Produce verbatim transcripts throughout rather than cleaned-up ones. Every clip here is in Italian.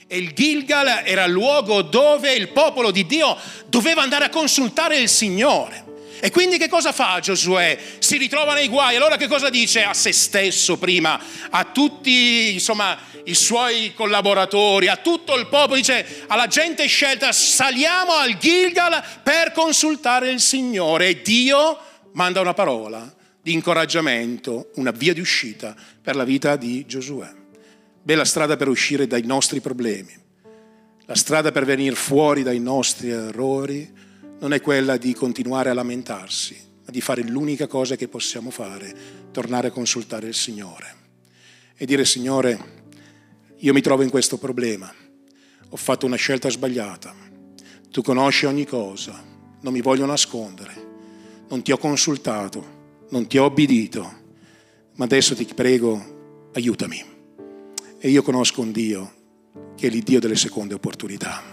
E il Gilgal era il luogo dove il popolo di Dio doveva andare a consultare il Signore. E quindi che cosa fa Giosuè? Si ritrova nei guai. Allora che cosa dice a se stesso prima, a tutti insomma i suoi collaboratori, a tutto il popolo? Dice alla gente scelta: saliamo al Gilgal per consultare il Signore. E Dio manda una parola di incoraggiamento, una via di uscita per la vita di Giosuè. Bella strada per uscire dai nostri problemi. La strada per venire fuori dai nostri errori non è quella di continuare a lamentarsi, ma di fare l'unica cosa che possiamo fare: tornare a consultare il Signore e dire: Signore, io mi trovo in questo problema, ho fatto una scelta sbagliata, tu conosci ogni cosa, non mi voglio nascondere, non ti ho consultato, non ti ho obbedito, ma adesso ti prego, aiutami. E io conosco un Dio che è il Dio delle seconde opportunità.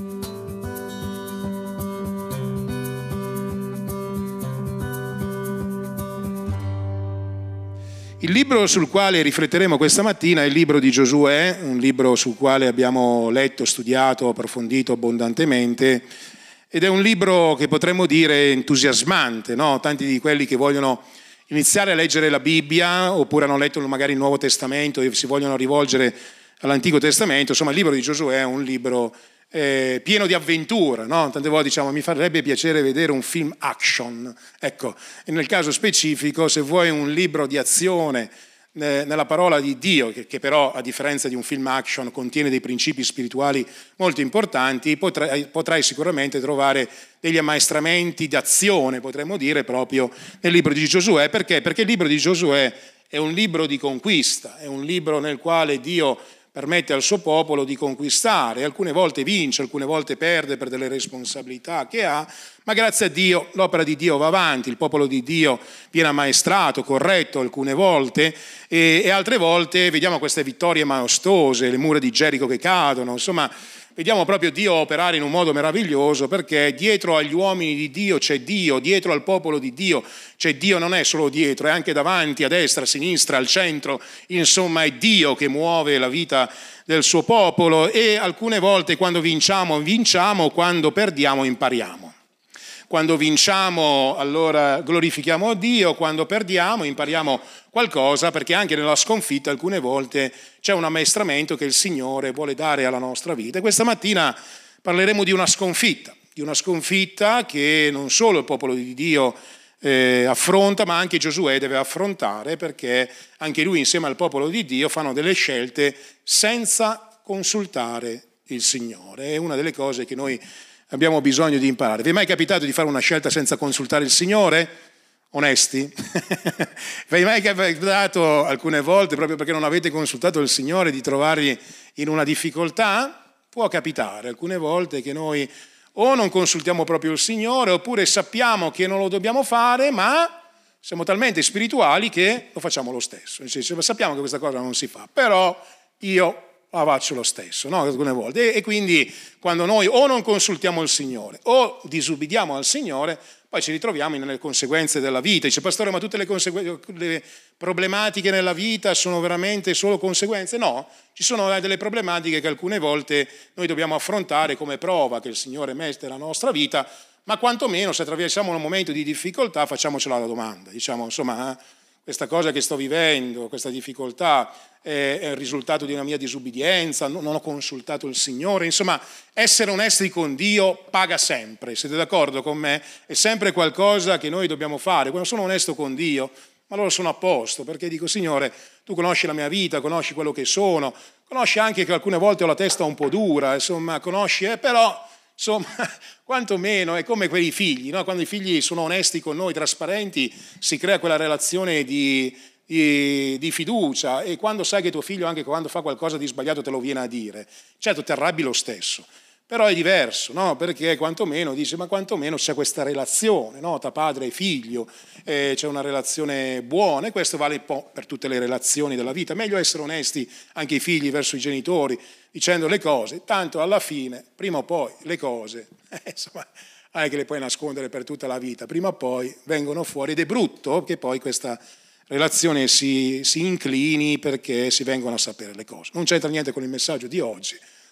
Il libro sul quale rifletteremo questa mattina è il libro di Giosuè, un libro sul quale abbiamo letto, studiato, approfondito abbondantemente, ed è un libro che potremmo dire entusiasmante, no? Tanti di quelli che vogliono iniziare a leggere la Bibbia, oppure hanno letto magari il Nuovo Testamento e si vogliono rivolgere all'Antico Testamento, insomma il libro di Giosuè è un libro Eh, pieno di avventura, no? Tante volte diciamo mi farebbe piacere vedere un film action, ecco, e nel caso specifico se vuoi un libro di azione eh, nella parola di Dio, che, che però a differenza di un film action contiene dei principi spirituali molto importanti, potrai, potrai sicuramente trovare degli ammaestramenti d'azione, potremmo dire, proprio nel libro di Giosuè. Perché? Perché il libro di Giosuè è un libro di conquista, è un libro nel quale Dio permette al suo popolo di conquistare, alcune volte vince, alcune volte perde per delle responsabilità che ha, ma grazie a Dio l'opera di Dio va avanti, il popolo di Dio viene ammaestrato, corretto alcune volte e, e altre volte vediamo queste vittorie maestose, le mura di Gerico che cadono, insomma vediamo proprio Dio operare in un modo meraviglioso, perché dietro agli uomini di Dio c'è Dio, dietro al popolo di Dio c'è Dio, non è solo dietro, è anche davanti, a destra, a sinistra, al centro, insomma è Dio che muove la vita del suo popolo e alcune volte quando vinciamo, vinciamo, quando perdiamo, impariamo. Quando vinciamo allora glorifichiamo Dio, quando perdiamo impariamo qualcosa, perché anche nella sconfitta alcune volte c'è un ammaestramento che il Signore vuole dare alla nostra vita. E questa mattina parleremo di una sconfitta, di una sconfitta che non solo il popolo di Dio eh, affronta, ma anche Giosuè deve affrontare, perché anche lui insieme al popolo di Dio fanno delle scelte senza consultare il Signore. È una delle cose che noi abbiamo bisogno di imparare. Vi è mai capitato di fare una scelta senza consultare il Signore? Onesti? Vi è mai capitato alcune volte, proprio perché non avete consultato il Signore, di trovarvi in una difficoltà? Può capitare alcune volte che noi o non consultiamo proprio il Signore, oppure sappiamo che non lo dobbiamo fare, ma siamo talmente spirituali che lo facciamo lo stesso. Nel senso, sappiamo che questa cosa non si fa, però io la faccio lo stesso, no? Alcune volte. E, e quindi quando noi o non consultiamo il Signore o disubbidiamo al Signore, poi ci ritroviamo nelle conseguenze della vita. Dice: pastore, ma tutte le, consegu- le problematiche nella vita sono veramente solo conseguenze? No, ci sono delle problematiche che alcune volte noi dobbiamo affrontare come prova che il Signore mette nella nostra vita, ma quantomeno se attraversiamo un momento di difficoltà facciamocela la domanda, diciamo insomma eh, questa cosa che sto vivendo, questa difficoltà è il risultato di una mia disubbidienza, non ho consultato il Signore. Insomma, essere onesti con Dio paga sempre, siete d'accordo con me? È sempre qualcosa che noi dobbiamo fare. Quando sono onesto con Dio, ma allora sono a posto, perché dico: Signore, tu conosci la mia vita, conosci quello che sono, conosci anche che alcune volte ho la testa un po' dura, insomma, conosci, eh, però insomma, quantomeno è come quei figli, no? Quando i figli sono onesti con noi, trasparenti, si crea quella relazione di, di, di fiducia, e quando sai che tuo figlio, anche quando fa qualcosa di sbagliato, te lo viene a dire, certo ti arrabbi lo stesso, però è diverso, no? Perché quantomeno dice, ma quantomeno c'è questa relazione, no? Tra padre e figlio, eh, c'è una relazione buona, e questo vale un po' per tutte le relazioni della vita. Meglio essere onesti anche i figli verso i genitori, dicendo le cose, tanto alla fine, prima o poi, le cose, eh, insomma, non è che le puoi nascondere per tutta la vita, prima o poi vengono fuori, ed è brutto che poi questa relazione si, si inclini perché si vengono a sapere le cose. Non c'entra niente con il messaggio di oggi,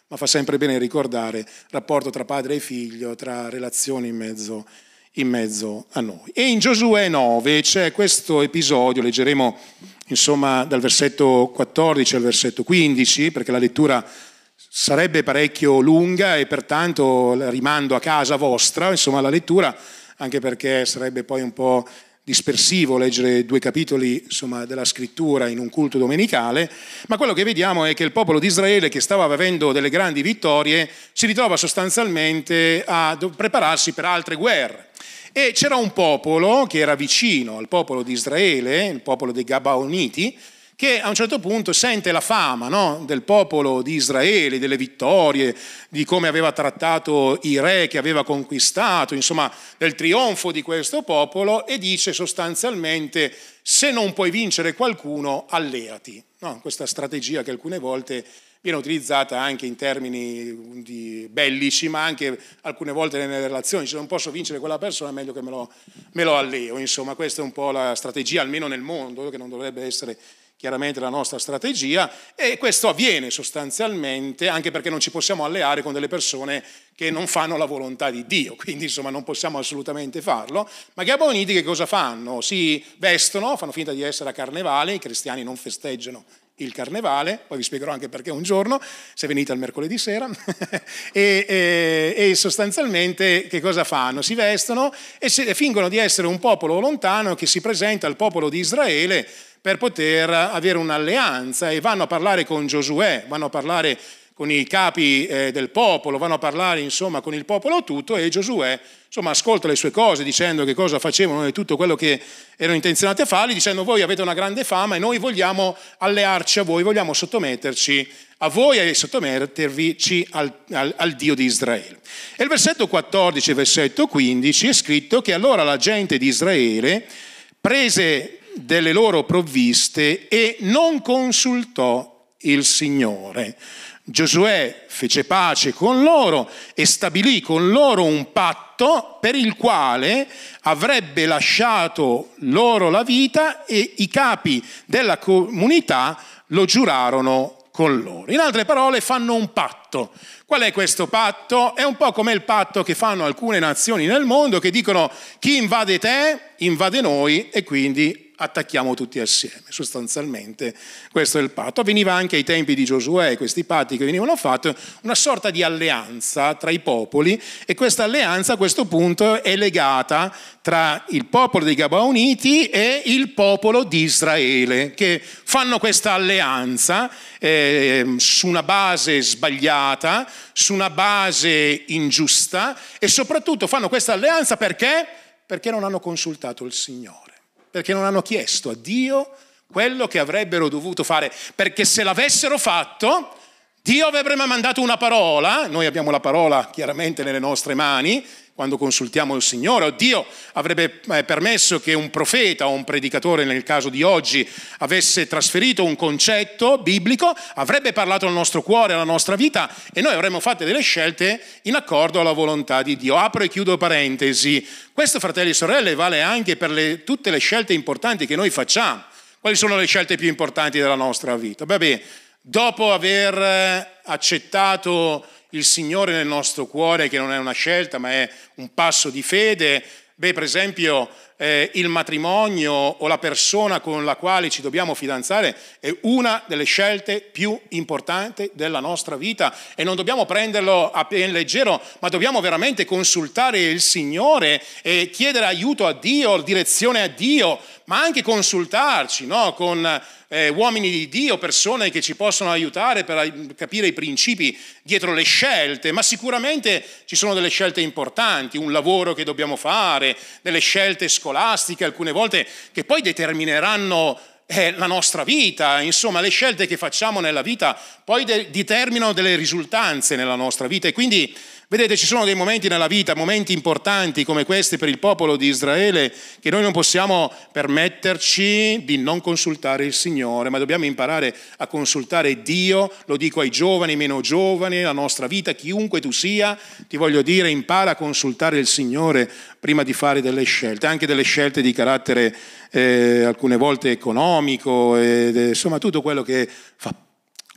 ma fa sempre bene ricordare il rapporto tra padre e figlio, tra relazioni in mezzo, in mezzo a noi. E in Giosuè nove c'è questo episodio, leggeremo insomma dal versetto quattordici al versetto quindici, perché la lettura sarebbe parecchio lunga e pertanto la rimando a casa vostra, insomma la lettura, anche perché sarebbe poi un po' dispersivo leggere due capitoli insomma, della scrittura in un culto domenicale, ma quello che vediamo è che il popolo di Israele, che stava avendo delle grandi vittorie, si ritrova sostanzialmente a prepararsi per altre guerre. E c'era un popolo che era vicino al popolo di Israele, il popolo dei Gabaoniti, che a un certo punto sente la fama, no, del popolo di Israele, delle vittorie, di come aveva trattato i re che aveva conquistato, insomma del trionfo di questo popolo, e dice sostanzialmente: se non puoi vincere qualcuno, alleati. No, questa strategia che alcune volte viene utilizzata anche in termini di bellici, ma anche alcune volte nelle relazioni. Se non posso vincere quella persona è meglio che me lo, me lo alleo. Insomma, questa è un po' la strategia, almeno nel mondo, che non dovrebbe essere chiaramente la nostra strategia, e questo avviene sostanzialmente anche perché non ci possiamo alleare con delle persone che non fanno la volontà di Dio, quindi insomma non possiamo assolutamente farlo. Ma i Gabaoniti che cosa fanno? Si vestono, fanno finta di essere a carnevale, i cristiani non festeggiano il carnevale, poi vi spiegherò anche perché un giorno, se venite al mercoledì sera, e, e, e sostanzialmente che cosa fanno? Si vestono e si, fingono di essere un popolo lontano che si presenta al popolo di Israele per poter avere un'alleanza, e vanno a parlare con Giosuè, vanno a parlare con i capi eh, del popolo, vanno a parlare insomma con il popolo tutto, e Giosuè insomma ascolta le sue cose dicendo che cosa facevano e tutto quello che erano intenzionati a farli, dicendo: voi avete una grande fama e noi vogliamo allearci a voi, vogliamo sottometterci a voi e sottomettervi al, al, al Dio di Israele. E il versetto quattordici e il versetto quindici è scritto che allora la gente di Israele prese delle loro provviste e non consultò il Signore. Giosuè fece pace con loro e stabilì con loro un patto per il quale avrebbe lasciato loro la vita, e i capi della comunità lo giurarono con loro. In altre parole, fanno un patto. Qual è questo patto? È un po' come il patto che fanno alcune nazioni nel mondo, che dicono: chi invade te, invade noi, e quindi attacchiamo tutti assieme. Sostanzialmente questo è il patto. Avveniva anche ai tempi di Giosuè, questi patti che venivano fatti, una sorta di alleanza tra i popoli, e questa alleanza a questo punto è legata tra il popolo dei Gabaoniti e il popolo di Israele, che fanno questa alleanza eh, su una base sbagliata, su una base ingiusta, e soprattutto fanno questa alleanza perché? Perché non hanno consultato il Signore. Perché non hanno chiesto a Dio quello che avrebbero dovuto fare, perché se l'avessero fatto, Dio avrebbe mandato una parola. Noi abbiamo la parola chiaramente nelle nostre mani quando consultiamo il Signore, o Dio avrebbe permesso che un profeta o un predicatore, nel caso di oggi, avesse trasferito un concetto biblico, avrebbe parlato al nostro cuore, alla nostra vita, e noi avremmo fatto delle scelte in accordo alla volontà di Dio. Apro e chiudo parentesi. Questo, fratelli e sorelle, vale anche per le, tutte le scelte importanti che noi facciamo. Quali sono le scelte più importanti della nostra vita? Beh, dopo aver accettato il Signore nel nostro cuore, che non è una scelta ma è un passo di fede, beh, per esempio eh, il matrimonio o la persona con la quale ci dobbiamo fidanzare è una delle scelte più importanti della nostra vita, e non dobbiamo prenderlo a piè leggero, ma dobbiamo veramente consultare il Signore e chiedere aiuto a Dio, direzione a Dio, ma anche consultarci, no? con eh, uomini di Dio, persone che ci possono aiutare per capire i principi dietro le scelte. Ma sicuramente ci sono delle scelte importanti, un lavoro che dobbiamo fare, delle scelte scolastiche alcune volte che poi determineranno eh, la nostra vita. Insomma, le scelte che facciamo nella vita poi de- determinano delle risultanze nella nostra vita, e quindi vedete, ci sono dei momenti nella vita, momenti importanti come questi per il popolo di Israele, che noi non possiamo permetterci di non consultare il Signore, ma dobbiamo imparare a consultare Dio. Lo dico ai giovani, meno giovani, la nostra vita, chiunque tu sia, ti voglio dire, impara a consultare il Signore prima di fare delle scelte, anche delle scelte di carattere eh, alcune volte economico, e, insomma tutto quello che fa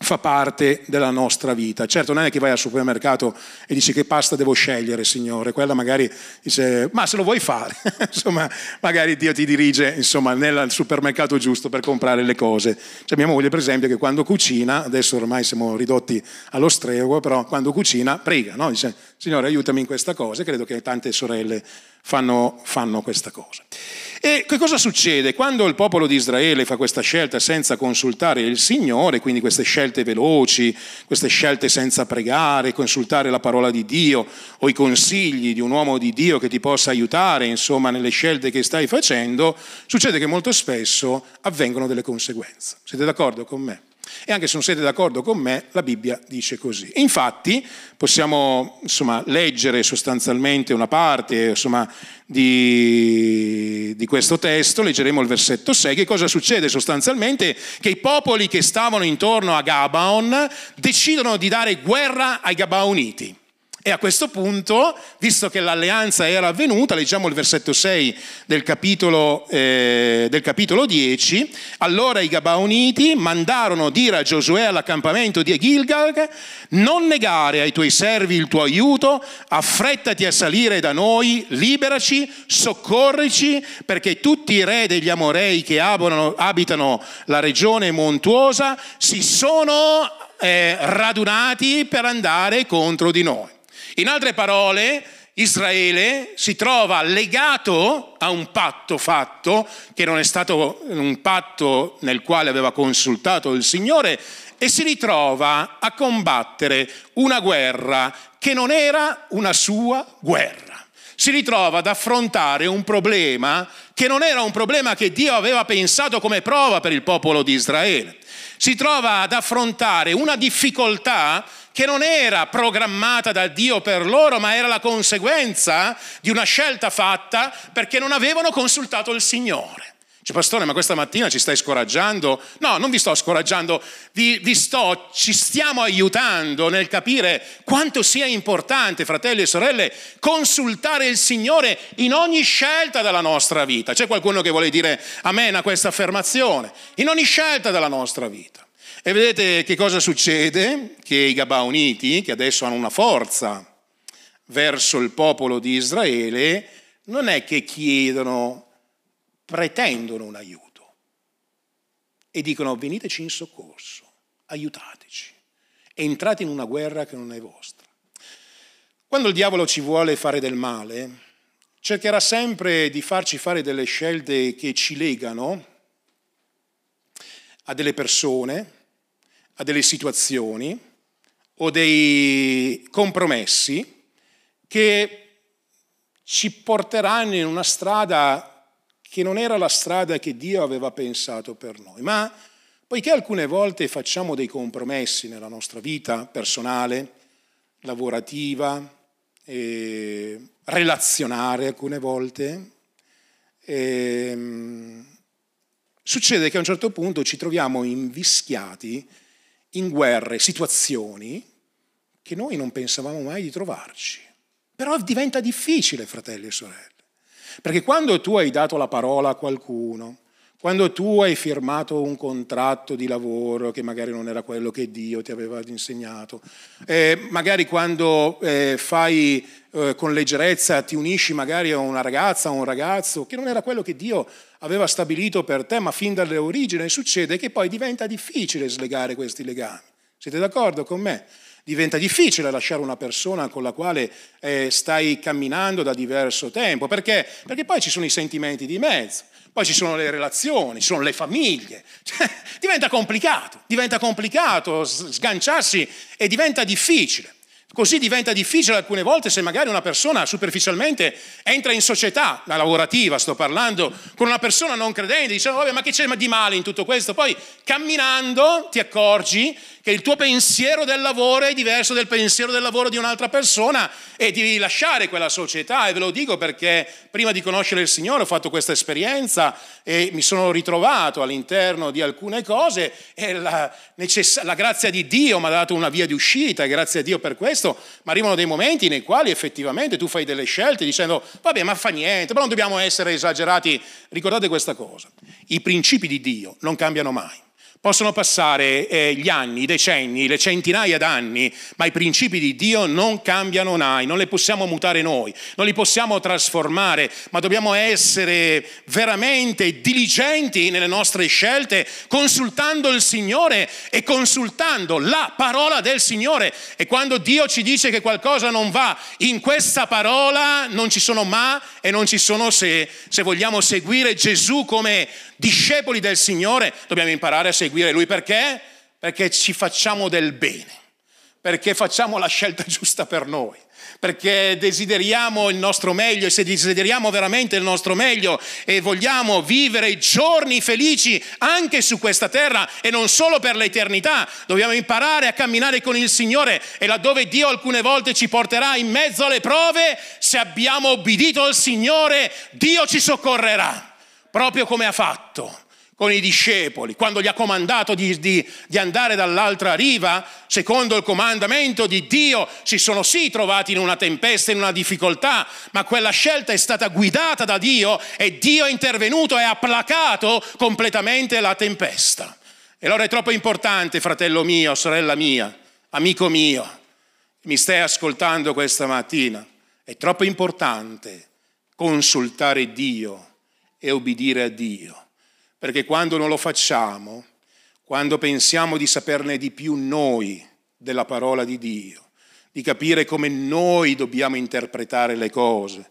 fa parte della nostra vita. Certo, non è che vai al supermercato e dici che pasta devo scegliere, Signore, quella magari dice, ma se lo vuoi fare, insomma, magari Dio ti dirige, insomma, nel supermercato giusto per comprare le cose. C'è mia moglie, per esempio, che quando cucina, adesso ormai siamo ridotti allo strego, però quando cucina prega, no? Dice, Signore, aiutami in questa cosa, e credo che tante sorelle fanno, fanno questa cosa. E che cosa succede? Quando il popolo di Israele fa questa scelta senza consultare il Signore, quindi queste scelte veloci, queste scelte senza pregare, consultare la parola di Dio o i consigli di un uomo di Dio che ti possa aiutare, insomma, nelle scelte che stai facendo, succede che molto spesso avvengono delle conseguenze. Siete d'accordo con me? E anche se non siete d'accordo con me, la Bibbia dice così. Infatti possiamo, insomma, leggere sostanzialmente una parte, insomma, di, di questo testo. Leggeremo il versetto sei. Che cosa succede sostanzialmente? Che i popoli che stavano intorno a Gabaon decidono di dare guerra ai Gabaoniti. E a questo punto, visto che l'alleanza era avvenuta, leggiamo il versetto sei del capitolo, eh, del capitolo dieci, allora i Gabaoniti mandarono dire a Giosuè all'accampamento di Gilgal: non negare ai tuoi servi il tuo aiuto, affrettati a salire da noi, liberaci, soccorrici, perché tutti i re degli Amorei che abitano, abitano la regione montuosa si sono eh, radunati per andare contro di noi. In altre parole, Israele si trova legato a un patto fatto, che non è stato un patto nel quale aveva consultato il Signore, e si ritrova a combattere una guerra che non era una sua guerra. Si ritrova ad affrontare un problema che non era un problema che Dio aveva pensato come prova per il popolo di Israele. Si trova ad affrontare una difficoltà che non era programmata da Dio per loro, ma era la conseguenza di una scelta fatta perché non avevano consultato il Signore. Cioè, pastore, ma questa mattina ci stai scoraggiando? No, non vi sto scoraggiando, vi, vi sto, ci stiamo aiutando nel capire quanto sia importante, fratelli e sorelle, consultare il Signore in ogni scelta della nostra vita. C'è qualcuno che vuole dire amen a questa affermazione? In ogni scelta della nostra vita. E vedete che cosa succede? Che i Gabaoniti, che adesso hanno una forza verso il popolo di Israele, non è che chiedono, pretendono un aiuto e dicono: veniteci in soccorso, aiutateci, entrate in una guerra che non è vostra. Quando il diavolo ci vuole fare del male, cercherà sempre di farci fare delle scelte che ci legano a delle persone, a delle situazioni o dei compromessi che ci porteranno in una strada che non era la strada che Dio aveva pensato per noi. Ma poiché alcune volte facciamo dei compromessi nella nostra vita personale, lavorativa, eh, relazionare alcune volte, eh, succede che a un certo punto ci troviamo invischiati in guerre, situazioni che noi non pensavamo mai di trovarci. Però diventa difficile, fratelli e sorelle, perché quando tu hai dato la parola a qualcuno, quando tu hai firmato un contratto di lavoro che magari non era quello che Dio ti aveva insegnato, eh, magari quando eh, fai eh, con leggerezza, ti unisci magari a una ragazza o un ragazzo che non era quello che Dio aveva stabilito per te, ma fin dalle origini, succede che poi diventa difficile slegare questi legami. Siete d'accordo con me? Diventa difficile lasciare una persona con la quale eh, stai camminando da diverso tempo. Perché? Perché poi ci sono i sentimenti di mezzo, poi ci sono le relazioni, ci sono le famiglie. Cioè, diventa complicato, diventa complicato sganciarsi e diventa difficile. Così diventa difficile alcune volte se magari una persona superficialmente entra in società, la lavorativa sto parlando, con una persona non credente, dice vabbè, ma che c'è di male in tutto questo? Poi camminando ti accorgi che il tuo pensiero del lavoro è diverso del pensiero del lavoro di un'altra persona e devi lasciare quella società. E ve lo dico perché prima di conoscere il Signore ho fatto questa esperienza e mi sono ritrovato all'interno di alcune cose e la, necess- la grazia di Dio mi ha dato una via di uscita, e grazie a Dio per questo. Ma arrivano dei momenti nei quali effettivamente tu fai delle scelte dicendo vabbè, ma fa niente, però non dobbiamo essere esagerati. Ricordate questa cosa: i principi di Dio non cambiano mai. Possono passare eh, gli anni, i decenni, le centinaia d'anni, ma i principi di Dio non cambiano mai, non li possiamo mutare noi, non li possiamo trasformare, ma dobbiamo essere veramente diligenti nelle nostre scelte, consultando il Signore e consultando la parola del Signore. E quando Dio ci dice che qualcosa non va in questa parola, non ci sono ma e non ci sono se. Se vogliamo seguire Gesù come discepoli del Signore, dobbiamo imparare a seguire Lui. Perché? Perché ci facciamo del bene, perché facciamo la scelta giusta per noi, perché desideriamo il nostro meglio, e se desideriamo veramente il nostro meglio e vogliamo vivere giorni felici anche su questa terra e non solo per l'eternità, dobbiamo imparare a camminare con il Signore, e laddove Dio alcune volte ci porterà in mezzo alle prove, se abbiamo obbedito al Signore, Dio ci soccorrerà. Proprio come ha fatto con i discepoli, quando gli ha comandato di, di, di andare dall'altra riva, secondo il comandamento di Dio, si sono sì trovati in una tempesta, in una difficoltà, ma quella scelta è stata guidata da Dio e Dio è intervenuto e ha placato completamente la tempesta. E allora è troppo importante, fratello mio, sorella mia, amico mio, mi stai ascoltando questa mattina, è troppo importante consultare Dio e obbedire a Dio, perché quando non lo facciamo, quando pensiamo di saperne di più noi della parola di Dio, di capire come noi dobbiamo interpretare le cose,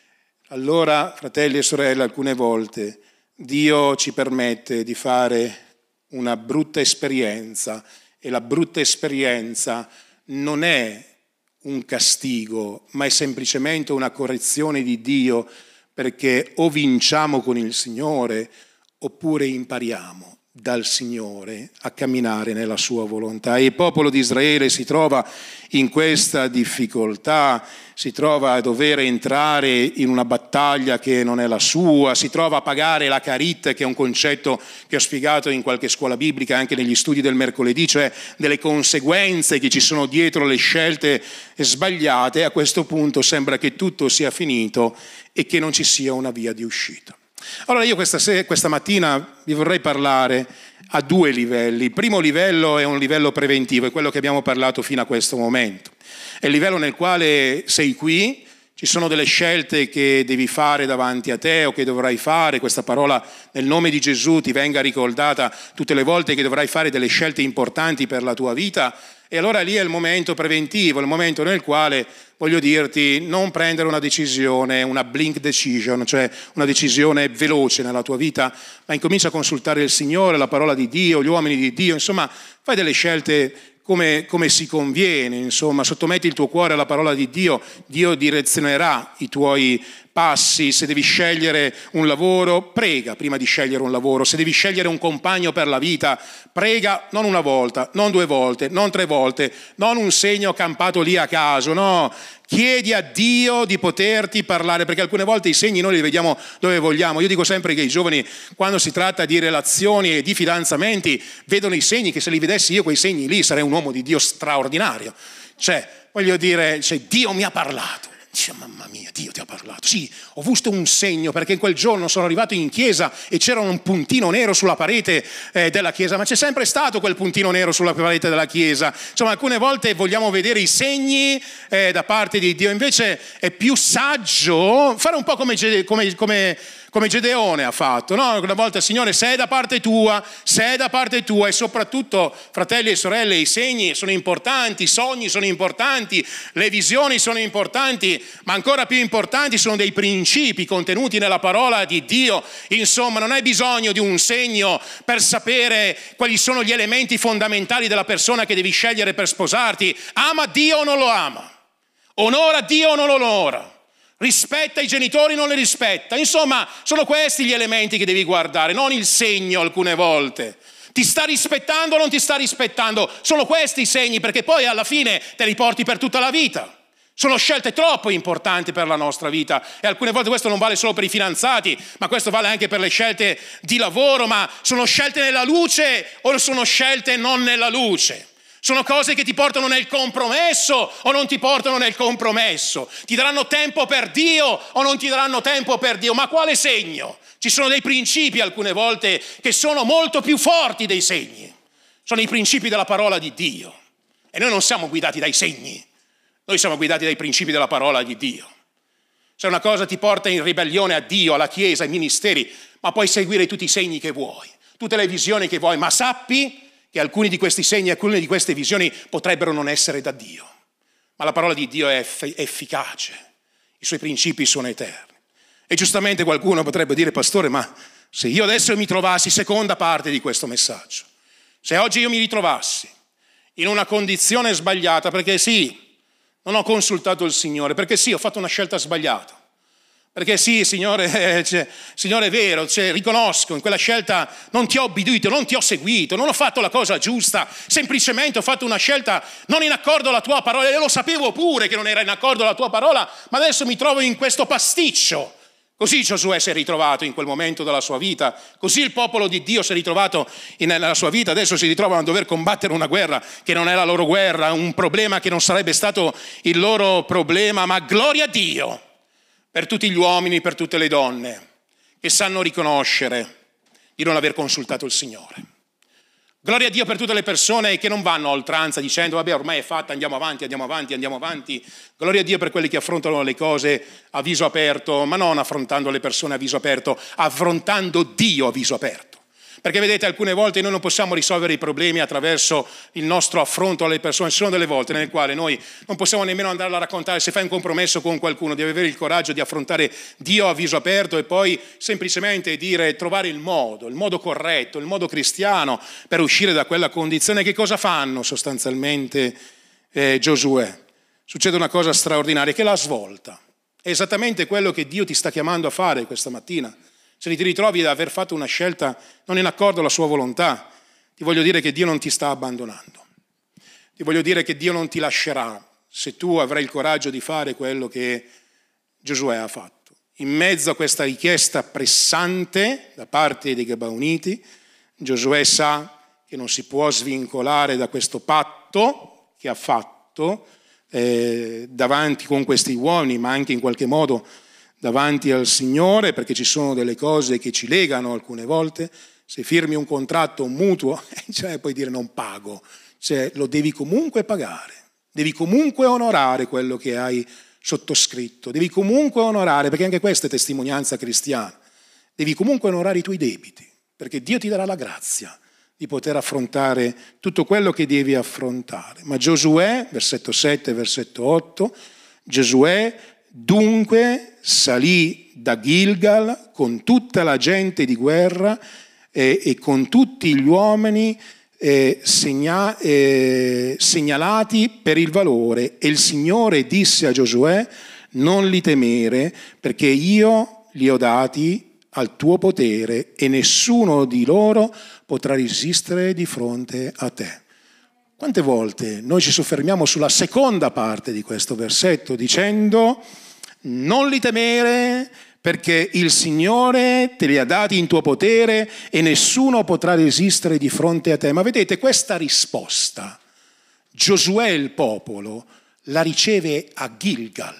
allora, fratelli e sorelle, alcune volte Dio ci permette di fare una brutta esperienza, e la brutta esperienza non è un castigo, ma è semplicemente una correzione di Dio, perché o vinciamo con il Signore oppure impariamo dal Signore a camminare nella sua volontà. E il popolo di Israele si trova in questa difficoltà, si trova a dover entrare in una battaglia che non è la sua, si trova a pagare la carit, che è un concetto che ho spiegato in qualche scuola biblica, anche negli studi del mercoledì, cioè delle conseguenze che ci sono dietro le scelte sbagliate. A questo punto sembra che tutto sia finito e che non ci sia una via di uscita. Allora io questa, se- questa mattina vi vorrei parlare a due livelli. Il primo livello è un livello preventivo, è quello che abbiamo parlato fino a questo momento. È il livello nel quale sei qui, ci sono delle scelte che devi fare davanti a te o che dovrai fare. Questa parola nel nome di Gesù ti venga ricordata tutte le volte che dovrai fare delle scelte importanti per la tua vita. E allora lì è il momento preventivo, il momento nel quale voglio dirti non prendere una decisione, una blink decision, cioè una decisione veloce nella tua vita, ma incomincia a consultare il Signore, la parola di Dio, gli uomini di Dio, insomma fai delle scelte come, come si conviene, insomma sottometti il tuo cuore alla parola di Dio, Dio direzionerà i tuoi passi. Se devi scegliere un lavoro, prega prima di scegliere un lavoro. Se devi scegliere un compagno per la vita, prega non una volta, non due volte, non tre volte, non un segno campato lì a caso, no. Chiedi a Dio di poterti parlare, perché alcune volte i segni noi li vediamo dove vogliamo. Io dico sempre che i giovani, quando si tratta di relazioni e di fidanzamenti, vedono i segni, che se li vedessi io quei segni lì sarei un uomo di Dio straordinario. Cioè, voglio dire, cioè, Dio mi ha parlato. Dice, mamma mia, Dio ti ha parlato. Sì, ho visto un segno, perché in quel giorno sono arrivato in chiesa e c'era un puntino nero sulla parete eh, della chiesa, ma c'è sempre stato quel puntino nero sulla parete della chiesa. Insomma, alcune volte vogliamo vedere i segni eh, da parte di Dio, invece è più saggio fare un po' come, come, come come Gedeone ha fatto, no? Una volta, Signore, se è da parte tua, se è da parte tua, e soprattutto, fratelli e sorelle, i segni sono importanti, i sogni sono importanti, le visioni sono importanti, ma ancora più importanti sono dei principi contenuti nella parola di Dio. Insomma, non hai bisogno di un segno per sapere quali sono gli elementi fondamentali della persona che devi scegliere per sposarti. Ama Dio o non lo ama? Onora Dio o non lo onora? Rispetta i genitori o non li rispetta? Insomma, sono questi gli elementi che devi guardare, non il segno alcune volte. Ti sta rispettando o non ti sta rispettando? Sono questi i segni, perché poi alla fine te li porti per tutta la vita. Sono scelte troppo importanti per la nostra vita, e alcune volte questo non vale solo per i fidanzati, ma questo vale anche per le scelte di lavoro. Ma sono scelte nella luce o sono scelte non nella luce? Sono cose che ti portano nel compromesso o non ti portano nel compromesso? Ti daranno tempo per Dio o non ti daranno tempo per Dio? Ma quale segno Ci sono dei principi alcune volte che sono molto più forti dei segni. Sono i principi della parola di Dio. E noi non siamo guidati dai segni, noi siamo guidati dai principi della parola di Dio. Se una cosa ti porta in ribellione a Dio, alla Chiesa, ai ministeri, ma puoi seguire tutti i segni che vuoi, tutte le visioni che vuoi, ma sappi che alcuni di questi segni, alcune di queste visioni potrebbero non essere da Dio. Ma la parola di Dio è eff- efficace, i suoi principi sono eterni. E giustamente qualcuno potrebbe dire, pastore, ma se io adesso mi trovassi, seconda parte di questo messaggio, se oggi io mi ritrovassi in una condizione sbagliata, perché sì, non ho consultato il Signore, perché sì, ho fatto una scelta sbagliata, perché sì, Signore, eh, cioè, Signore è vero, cioè, riconosco, in quella scelta non ti ho obbedito, non ti ho seguito, non ho fatto la cosa giusta, semplicemente ho fatto una scelta non in accordo alla tua parola, e lo sapevo pure che non era in accordo alla tua parola, ma adesso mi trovo in questo pasticcio. Così Giosuè si è ritrovato in quel momento della sua vita, così il popolo di Dio si è ritrovato in, nella sua vita, adesso si ritrovano a dover combattere una guerra che non è la loro guerra, un problema che non sarebbe stato il loro problema, ma gloria a Dio per tutti gli uomini, per tutte le donne che sanno riconoscere di non aver consultato il Signore. Gloria a Dio per tutte le persone che non vanno a oltranza dicendo vabbè ormai è fatta, andiamo avanti, andiamo avanti, andiamo avanti. Gloria a Dio per quelli che affrontano le cose a viso aperto, ma non affrontando le persone a viso aperto, affrontando Dio a viso aperto. Perché vedete, alcune volte noi non possiamo risolvere i problemi attraverso il nostro affronto alle persone. Ci sono delle volte nelle quali noi non possiamo nemmeno andare a raccontare, se fai un compromesso con qualcuno, devi avere il coraggio di affrontare Dio a viso aperto e poi semplicemente dire, trovare il modo, il modo corretto, il modo cristiano per uscire da quella condizione. Che cosa fanno sostanzialmente eh, Giosuè? Succede una cosa straordinaria, che la svolta. È esattamente quello che Dio ti sta chiamando a fare questa mattina. Se ti ritrovi ad aver fatto una scelta non in accordo alla sua volontà, ti voglio dire che Dio non ti sta abbandonando. Ti voglio dire che Dio non ti lascerà se tu avrai il coraggio di fare quello che Giosuè ha fatto. In mezzo a questa richiesta pressante da parte dei Gabaoniti, Giosuè sa che non si può svincolare da questo patto che ha fatto eh, davanti con questi uomini, ma anche in qualche modo davanti al Signore, perché ci sono delle cose che ci legano alcune volte. Se firmi un contratto, un mutuo, cioè puoi dire non pago, cioè lo devi comunque pagare, devi comunque onorare quello che hai sottoscritto, devi comunque onorare, perché anche questa è testimonianza cristiana, devi comunque onorare i tuoi debiti, perché Dio ti darà la grazia di poter affrontare tutto quello che devi affrontare. Ma Giosuè, versetto sette, versetto otto, Giosuè dunque salì da Gilgal con tutta la gente di guerra eh, e con tutti gli uomini eh, segna, eh, segnalati per il valore. E il Signore disse a Giosuè, non li temere, perché io li ho dati al tuo potere e nessuno di loro potrà resistere di fronte a te. Quante volte noi ci soffermiamo sulla seconda parte di questo versetto dicendo non li temere perché il Signore te li ha dati in tuo potere e nessuno potrà resistere di fronte a te. Ma vedete, questa risposta Giosuè il popolo la riceve a Gilgal.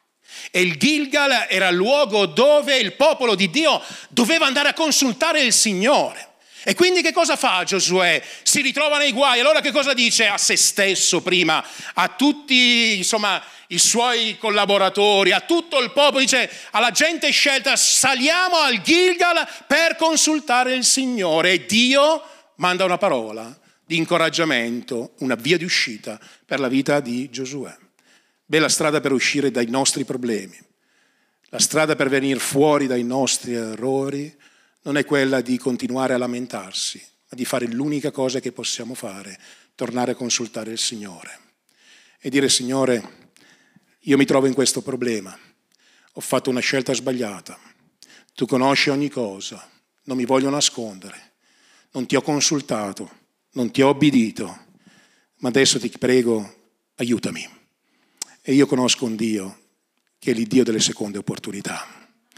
E il Gilgal era il luogo dove il popolo di Dio doveva andare a consultare il Signore. E quindi che cosa fa Giosuè? Si ritrova nei guai. Allora che cosa dice a se stesso prima, a tutti insomma i suoi collaboratori, a tutto il popolo? Dice alla gente scelta, saliamo al Gilgal per consultare il Signore. E Dio manda una parola di incoraggiamento, una via di uscita per la vita di Giosuè. Bella strada per uscire dai nostri problemi, la strada per venire fuori dai nostri errori non è quella di continuare a lamentarsi, ma di fare l'unica cosa che possiamo fare, tornare a consultare il Signore e dire: Signore, io mi trovo in questo problema, ho fatto una scelta sbagliata, tu conosci ogni cosa, non mi voglio nascondere, non ti ho consultato, non ti ho obbedito, ma adesso ti prego, aiutami. E io conosco un Dio che è l'Iddio delle seconde opportunità.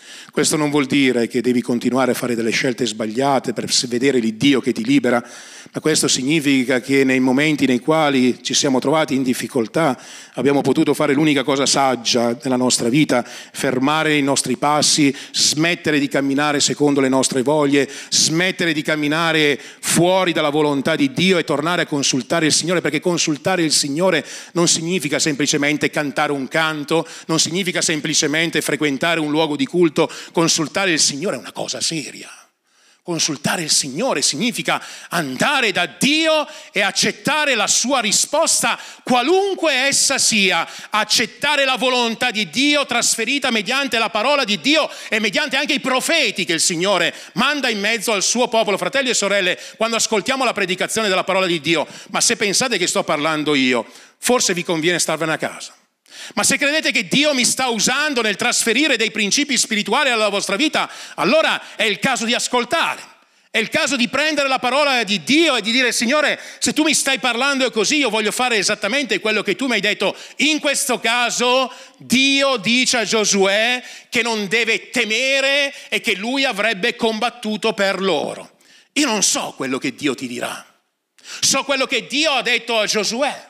Questo non vuol dire che devi continuare a fare delle scelte sbagliate per vedere l'Iddio che ti libera, ma questo significa che nei momenti nei quali ci siamo trovati in difficoltà abbiamo potuto fare l'unica cosa saggia nella nostra vita: fermare i nostri passi, smettere di camminare secondo le nostre voglie, smettere di camminare fuori dalla volontà di Dio e tornare a consultare il Signore, perché consultare il Signore non significa semplicemente cantare un canto, non significa semplicemente frequentare un luogo di culto. Consultare il Signore è una cosa seria. Consultare il Signore significa andare da Dio e accettare la sua risposta, qualunque essa sia, accettare la volontà di Dio trasferita mediante la parola di Dio e mediante anche i profeti che il Signore manda in mezzo al suo popolo. Fratelli e sorelle, quando ascoltiamo la predicazione della parola di Dio, ma se pensate che sto parlando io, forse vi conviene starvene a casa. Ma se credete che Dio mi sta usando nel trasferire dei principi spirituali alla vostra vita, allora è il caso di ascoltare, è il caso di prendere la parola di Dio e di dire: Signore, se tu mi stai parlando così, io voglio fare esattamente quello che tu mi hai detto. In questo caso Dio dice a Giosuè che non deve temere e che lui avrebbe combattuto per loro. Io non so quello che Dio ti dirà, so quello che Dio ha detto a Giosuè.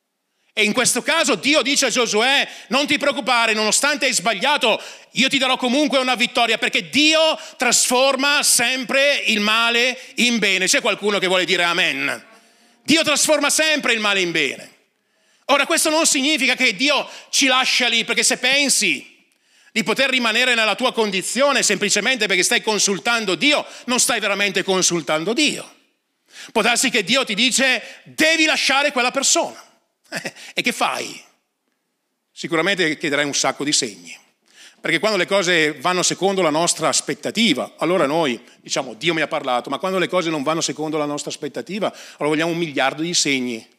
E in questo caso Dio dice a Giosuè: non ti preoccupare, nonostante hai sbagliato, io ti darò comunque una vittoria, perché Dio trasforma sempre il male in bene. C'è qualcuno che vuole dire amen? Dio trasforma sempre il male in bene. Ora, questo non significa che Dio ci lascia lì, perché se pensi di poter rimanere nella tua condizione semplicemente perché stai consultando Dio, non stai veramente consultando Dio. Può darsi che Dio ti dice: devi lasciare quella persona. E che fai? Sicuramente chiederai un sacco di segni, perché quando le cose vanno secondo la nostra aspettativa, allora noi diciamo: Dio mi ha parlato. Ma quando le cose non vanno secondo la nostra aspettativa, allora vogliamo un miliardo di segni.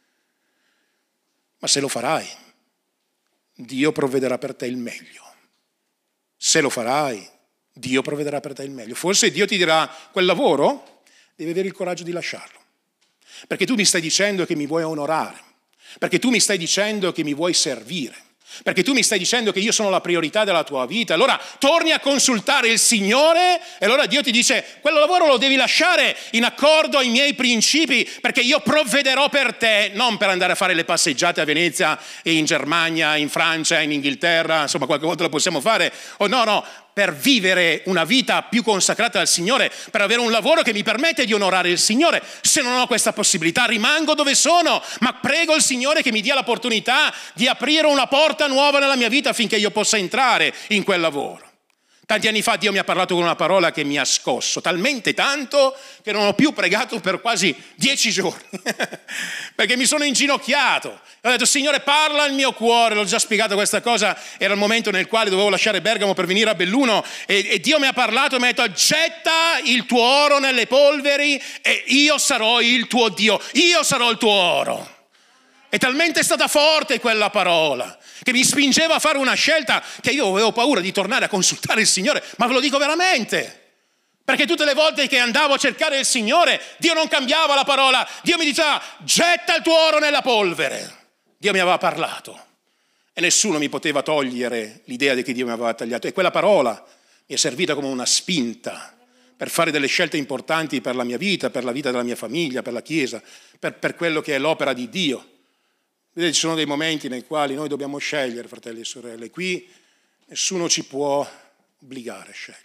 Ma se lo farai, Dio provvederà per te il meglio. Se lo farai, Dio provvederà per te il meglio. Forse Dio ti dirà: quel lavoro devi avere il coraggio di lasciarlo, perché tu mi stai dicendo che mi vuoi onorare, perché tu mi stai dicendo che mi vuoi servire, perché tu mi stai dicendo che io sono la priorità della tua vita. Allora torni a consultare il Signore e allora Dio ti dice: quello lavoro lo devi lasciare in accordo ai miei principi, perché io provvederò per te, non per andare a fare le passeggiate a Venezia e in Germania, in Francia, in Inghilterra, insomma qualche volta lo possiamo fare, o no no, per vivere una vita più consacrata al Signore, per avere un lavoro che mi permette di onorare il Signore. Se non ho questa possibilità, rimango dove sono, ma prego il Signore che mi dia l'opportunità di aprire una porta nuova nella mia vita affinché io possa entrare in quel lavoro. Tanti anni fa Dio mi ha parlato con una parola che mi ha scosso, talmente tanto che non ho più pregato per quasi dieci giorni, perché mi sono inginocchiato. Ho detto: Signore, parla al mio cuore. L'ho già spiegato questa cosa, era il momento nel quale dovevo lasciare Bergamo per venire a Belluno e, e Dio mi ha parlato e mi ha detto: getta il tuo oro nelle polveri e io sarò il tuo Dio, io sarò il tuo oro. È talmente stata forte quella parola che mi spingeva a fare una scelta che io avevo paura di tornare a consultare il Signore, ma ve lo dico veramente, perché tutte le volte che andavo a cercare il Signore, Dio non cambiava la parola. Dio mi diceva: getta il tuo oro nella polvere. Dio mi aveva parlato e nessuno mi poteva togliere l'idea di che Dio mi aveva tagliato, e quella parola mi è servita come una spinta per fare delle scelte importanti per la mia vita, per la vita della mia famiglia, per la Chiesa, per, per quello che è l'opera di Dio. Vedete, ci sono dei momenti nei quali noi dobbiamo scegliere, fratelli e sorelle. Qui nessuno ci può obbligare a scegliere.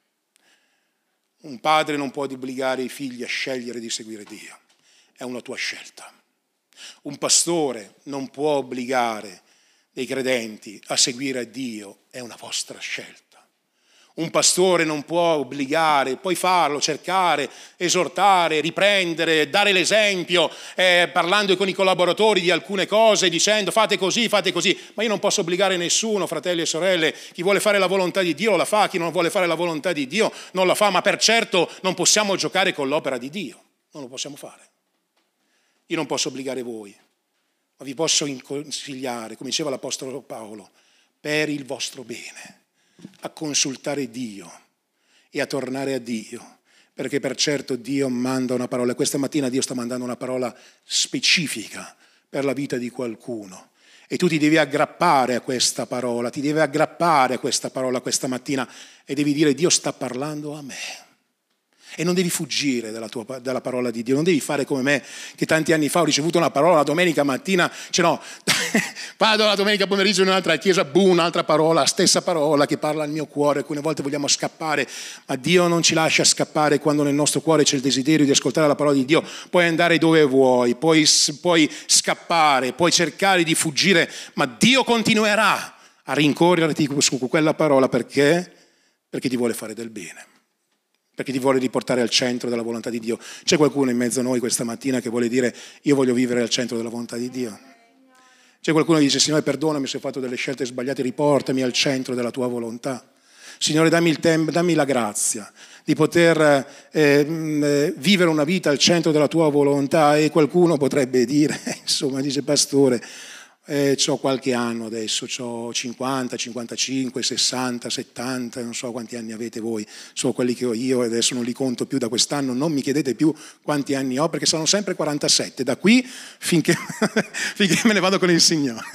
Un padre non può obbligare i figli a scegliere di seguire Dio. È una tua scelta. Un pastore non può obbligare dei credenti a seguire Dio. È una vostra scelta. Un pastore non può obbligare, puoi farlo, cercare, esortare, riprendere, dare l'esempio, eh, parlando con i collaboratori di alcune cose, dicendo: fate così, fate così. Ma io non posso obbligare nessuno, fratelli e sorelle. Chi vuole fare la volontà di Dio la fa, chi non vuole fare la volontà di Dio non la fa, ma per certo non possiamo giocare con l'opera di Dio. Non lo possiamo fare. Io non posso obbligare voi, ma vi posso consigliare, come diceva l'Apostolo Paolo, per il vostro bene, a consultare Dio e a tornare a Dio, perché per certo Dio manda una parola. Questa mattina Dio sta mandando una parola specifica per la vita di qualcuno, E tu ti devi aggrappare a questa parola, ti devi aggrappare a questa parola questa mattina e devi dire: Dio sta parlando a me. E non devi fuggire dalla, tua, dalla parola di Dio, non devi fare come me, che tanti anni fa ho ricevuto una parola la domenica mattina, cioè no, vado la domenica pomeriggio in un'altra chiesa, boom, un'altra parola, la stessa parola che parla al mio cuore. Alcune volte vogliamo scappare, ma Dio non ci lascia scappare quando nel nostro cuore c'è il desiderio di ascoltare la parola di Dio. Puoi andare dove vuoi, puoi, puoi scappare, puoi cercare di fuggire, ma Dio continuerà a rincorrerti su quella parola perché? Perché ti vuole fare del bene. Perché ti vuole riportare al centro della volontà di Dio. C'è qualcuno in mezzo a noi questa mattina che vuole dire: io voglio vivere al centro della volontà di Dio? C'è qualcuno che dice: Signore, perdonami se ho fatto delle scelte sbagliate, riportami al centro della tua volontà. Signore, dammi il tempo, dammi la grazia di poter eh, vivere una vita al centro della tua volontà. E qualcuno potrebbe dire, insomma, dice: Pastore, Eh, ho qualche anno adesso, ho cinquanta, cinquantacinque, sessanta, settanta, non so quanti anni avete voi, sono quelli che ho io e adesso non li conto più da quest'anno, non mi chiedete più quanti anni ho perché sono sempre quarantasette, da qui finché, finché me ne vado con il Signore.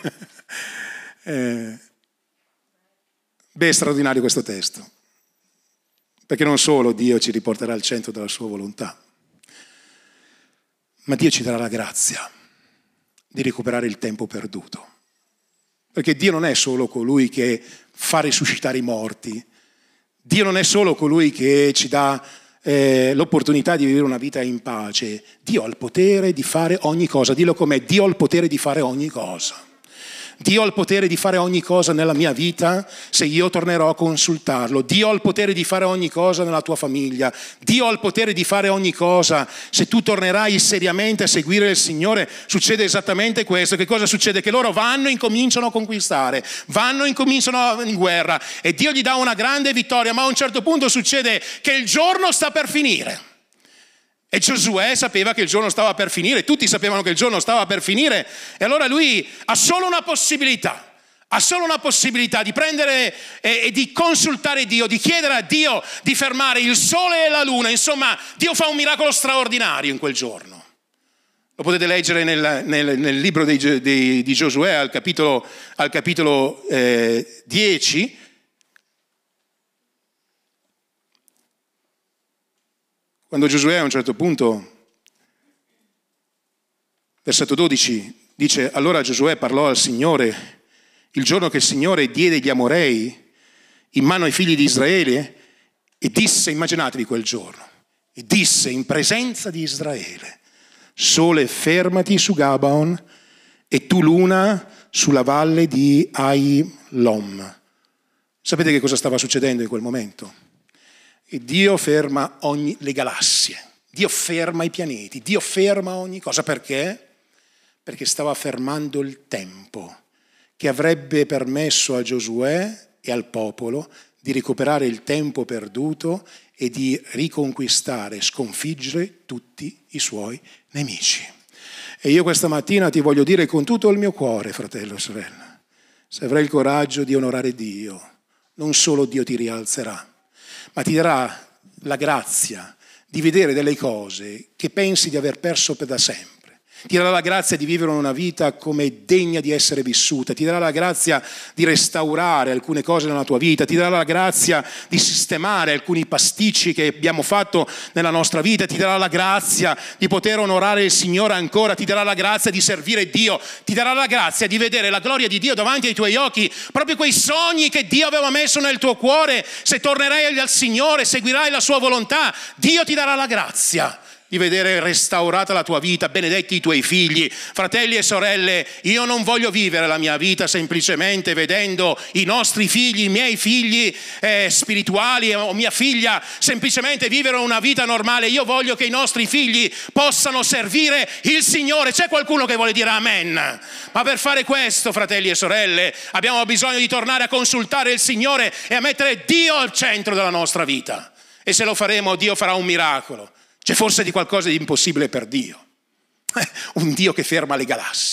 eh, beh, è straordinario questo testo, perché non solo Dio ci riporterà al centro della sua volontà, ma Dio ci darà la grazia di recuperare il tempo perduto. Perché Dio non è solo colui che fa risuscitare i morti, Dio non è solo colui che ci dà eh, l'opportunità di vivere una vita in pace. Dio ha il potere di fare ogni cosa. Dillo com'è: Dio ha il potere di fare ogni cosa. Dio ha il potere di fare ogni cosa nella mia vita se io tornerò a consultarlo. Dio ha il potere di fare ogni cosa nella tua famiglia. Dio ha il potere di fare ogni cosa se tu tornerai seriamente a seguire il Signore. Succede esattamente questo. Che cosa succede? Che loro vanno e incominciano a conquistare, vanno e incominciano in guerra e Dio gli dà una grande vittoria, ma a un certo punto succede che il giorno sta per finire. E Giosuè sapeva che il giorno stava per finire, tutti sapevano che il giorno stava per finire, e allora lui ha solo una possibilità, ha solo una possibilità di prendere e, e di consultare Dio, di chiedere a Dio di fermare il sole e la luna. Insomma, Dio fa un miracolo straordinario in quel giorno. Lo potete leggere nel, nel, nel libro dei, dei, di Giosuè al capitolo, al capitolo eh, dieci. Quando Giosuè a un certo punto, versetto dodici, dice: allora Giosuè parlò al Signore il giorno che il Signore diede gli Amorei in mano ai figli di Israele e disse, immaginatevi quel giorno, e disse in presenza di Israele: sole, fermati su Gabaon e tu luna sulla valle di Ailom. Sapete che cosa stava succedendo in quel momento? E Dio ferma ogni, le galassie, Dio ferma i pianeti, Dio ferma ogni cosa. Perché? Perché stava fermando il tempo che avrebbe permesso a Giosuè e al popolo di recuperare il tempo perduto e di riconquistare, sconfiggere tutti i suoi nemici. E io questa mattina ti voglio dire con tutto il mio cuore, fratello e sorella, se avrai il coraggio di onorare Dio, non solo Dio ti rialzerà, ma ti darà la grazia di vedere delle cose che pensi di aver perso per da sempre. Ti darà la grazia di vivere una vita come degna di essere vissuta, ti darà la grazia di restaurare alcune cose nella tua vita, ti darà la grazia di sistemare alcuni pasticci che abbiamo fatto nella nostra vita, ti darà la grazia di poter onorare il Signore ancora, ti darà la grazia di servire Dio, ti darà la grazia di vedere la gloria di Dio davanti ai tuoi occhi, proprio quei sogni che Dio aveva messo nel tuo cuore. Se tornerai al Signore, seguirai la sua volontà, Dio ti darà la grazia di vedere restaurata la tua vita, benedetti i tuoi figli. Fratelli e sorelle, io non voglio vivere la mia vita semplicemente vedendo i nostri figli, i miei figli eh, spirituali o mia figlia semplicemente vivere una vita normale. Io voglio che i nostri figli possano servire il Signore. C'è qualcuno che vuole dire amen? Ma per fare questo, fratelli e sorelle, abbiamo bisogno di tornare a consultare il Signore e a mettere Dio al centro della nostra vita. E se lo faremo, Dio farà un miracolo. C'è forse di qualcosa di impossibile per Dio? Eh, un Dio che ferma le galassie,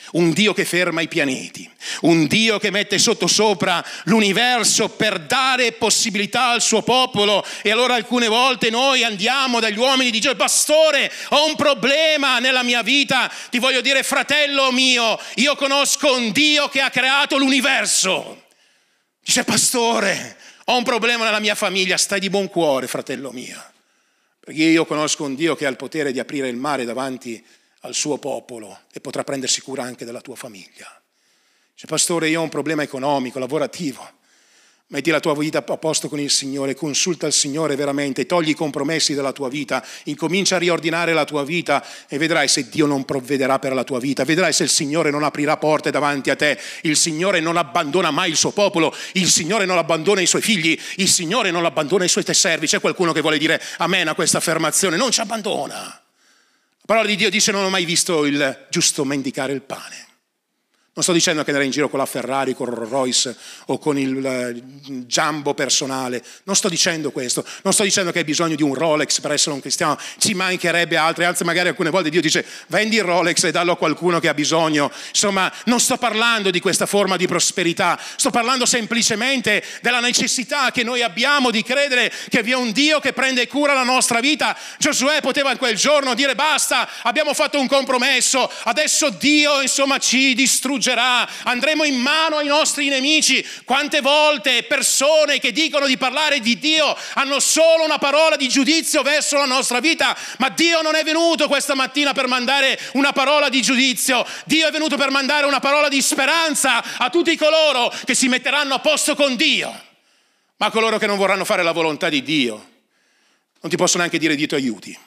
un Dio che ferma i pianeti, un Dio che mette sottosopra l'universo per dare possibilità al suo popolo. E allora alcune volte noi andiamo dagli uomini e diciamo: pastore, ho un problema nella mia vita. Ti voglio dire, fratello mio, io conosco un Dio che ha creato l'universo. Dice: pastore, ho un problema nella mia famiglia. Stai di buon cuore, fratello mio, perché io conosco un Dio che ha il potere di aprire il mare davanti al suo popolo e potrà prendersi cura anche della tua famiglia. Dice: pastore, io ho un problema economico, lavorativo. Metti la tua vita a posto con il Signore, consulta il Signore veramente, togli i compromessi della tua vita, incomincia a riordinare la tua vita e vedrai se Dio non provvederà per la tua vita, vedrai se il Signore non aprirà porte davanti a te. Il Signore non abbandona mai il suo popolo, il Signore non abbandona i suoi figli, il Signore non abbandona i suoi servi. C'è qualcuno che vuole dire amen a questa affermazione? Non ci abbandona. La parola di Dio dice: non ho mai visto il giusto mendicare il pane. Non sto dicendo che andare in giro con la Ferrari, con il Rolls Royce o con il uh, Jumbo personale. Non sto dicendo questo. Non sto dicendo che hai bisogno di un Rolex per essere un cristiano. Ci mancherebbe altro. Anzi, magari alcune volte Dio dice: vendi il Rolex e dallo a qualcuno che ha bisogno. Insomma, non sto parlando di questa forma di prosperità. Sto parlando semplicemente della necessità che noi abbiamo di credere che vi è un Dio che prende cura della nostra vita. Giosuè poteva in quel giorno dire: basta, abbiamo fatto un compromesso. Adesso Dio, insomma, ci distrugge. Andremo in mano ai nostri nemici. Quante volte persone che dicono di parlare di Dio hanno solo una parola di giudizio verso la nostra vita, ma Dio non è venuto questa mattina per mandare una parola di giudizio. Dio è venuto per mandare una parola di speranza a tutti coloro che si metteranno a posto con Dio. Ma coloro che non vorranno fare la volontà di Dio non ti posso neanche dire: Dio ti aiuti,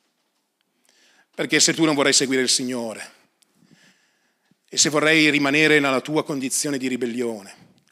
perché se tu non vorrai seguire il Signore e se vorrei rimanere nella tua condizione di ribellione,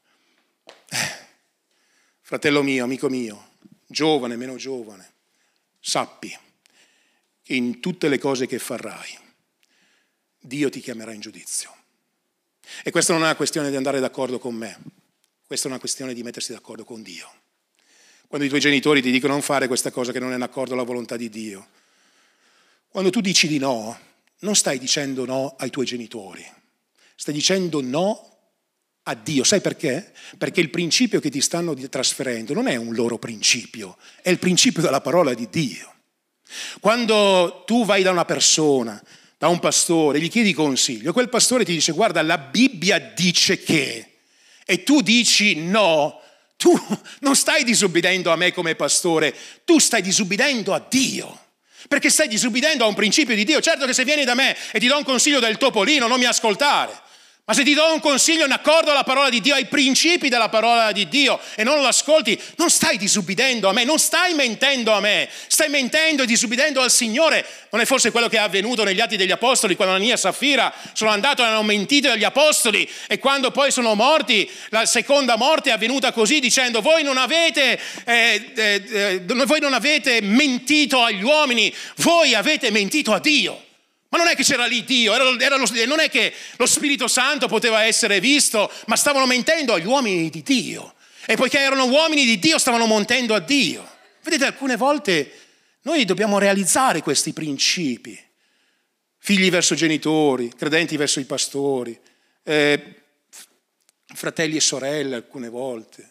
eh, fratello mio, amico mio, giovane, meno giovane, sappi che in tutte le cose che farai Dio ti chiamerà in giudizio. E questa non è una questione di andare d'accordo con me, questa è una questione di mettersi d'accordo con Dio. Quando i tuoi genitori ti dicono non fare questa cosa che non è in accordo alla volontà di Dio, quando tu dici di no, non stai dicendo no ai tuoi genitori, stai dicendo no a Dio. Sai perché? Perché il principio che ti stanno trasferendo non è un loro principio, è il principio della parola di Dio. Quando tu vai da una persona, da un pastore, gli chiedi consiglio, quel pastore ti dice: guarda, la Bibbia dice che, e tu dici no, tu non stai disubbidendo a me come pastore, tu stai disubbidendo a Dio. Perché stai disubbidendo a un principio di Dio. Certo che se vieni da me e ti do un consiglio del topolino, non mi ascoltare. Ma se ti do un consiglio in accordo alla parola di Dio, ai principi della parola di Dio, e non lo ascolti, non stai disubbidendo a me, non stai mentendo a me, stai mentendo e disubbidendo al Signore. Non è forse quello che è avvenuto negli Atti degli Apostoli, quando Anania e Saffira sono andati e hanno mentito agli Apostoli, e quando poi sono morti, la seconda morte è avvenuta così, dicendo: voi non avete, eh, eh, eh, voi non avete mentito agli uomini, voi avete mentito a Dio. Ma non è che c'era lì Dio, era, era lo, non è che lo Spirito Santo poteva essere visto, ma stavano mentendo agli uomini di Dio. E poiché erano uomini di Dio, stavano mentendo a Dio. Vedete, alcune volte noi dobbiamo realizzare questi principi. Figli verso genitori, credenti verso i pastori, eh, fratelli e sorelle alcune volte.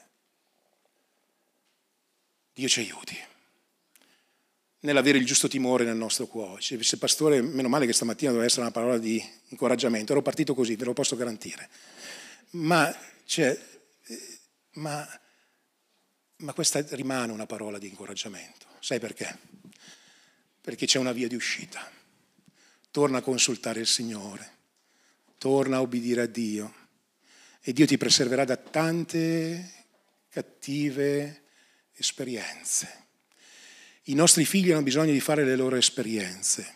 Dio ci aiuti nell'avere il giusto timore nel nostro cuore. Dice: pastore, meno male che stamattina doveva essere una parola di incoraggiamento, ero partito così, ve lo posso garantire. Ma, cioè, ma, ma questa rimane una parola di incoraggiamento. Sai perché? Perché c'è una via di uscita. Torna a consultare il Signore, torna a obbedire a Dio, e Dio ti preserverà da tante cattive esperienze. I nostri figli hanno bisogno di fare le loro esperienze.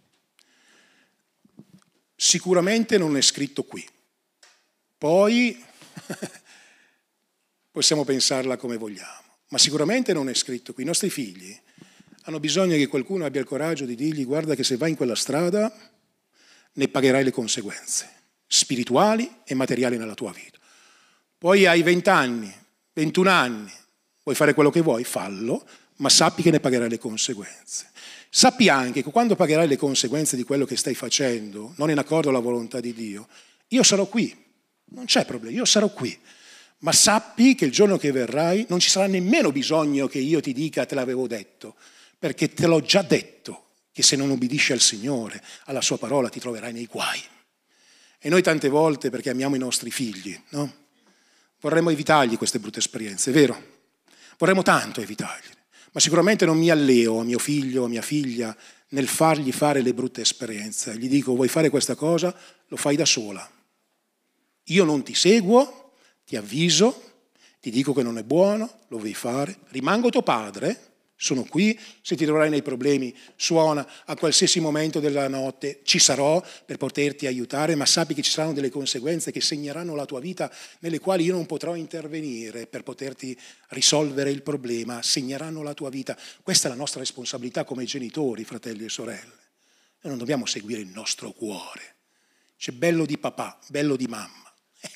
Sicuramente non è scritto qui. Poi possiamo pensarla come vogliamo, ma sicuramente non è scritto qui. I nostri figli hanno bisogno che qualcuno abbia il coraggio di dirgli: guarda che se vai in quella strada ne pagherai le conseguenze spirituali e materiali nella tua vita. Poi hai venti anni, ventuno anni, vuoi fare quello che vuoi, fallo, ma sappi che ne pagherai le conseguenze. Sappi anche che quando pagherai le conseguenze di quello che stai facendo, non in accordo alla volontà di Dio, io sarò qui, non c'è problema, io sarò qui. Ma sappi che il giorno che verrai non ci sarà nemmeno bisogno che io ti dica te l'avevo detto, perché te l'ho già detto, che se non ubbidisci al Signore, alla sua parola, ti troverai nei guai. E noi tante volte, perché amiamo i nostri figli, no? Vorremmo evitargli queste brutte esperienze, è vero? Vorremmo tanto evitargli. Ma sicuramente non mi alleo a mio figlio o a mia figlia nel fargli fare le brutte esperienze. Gli dico, vuoi fare questa cosa? Lo fai da sola. Io non ti seguo, ti avviso, ti dico che non è buono, lo devi fare. Rimango tuo padre, sono qui, se ti troverai nei problemi, suona a qualsiasi momento della notte, ci sarò per poterti aiutare, ma sappi che ci saranno delle conseguenze che segneranno la tua vita, nelle quali io non potrò intervenire per poterti risolvere il problema, segneranno la tua vita. Questa è la nostra responsabilità come genitori, fratelli e sorelle. Noi non dobbiamo seguire il nostro cuore. C'è bello di papà, bello di mamma.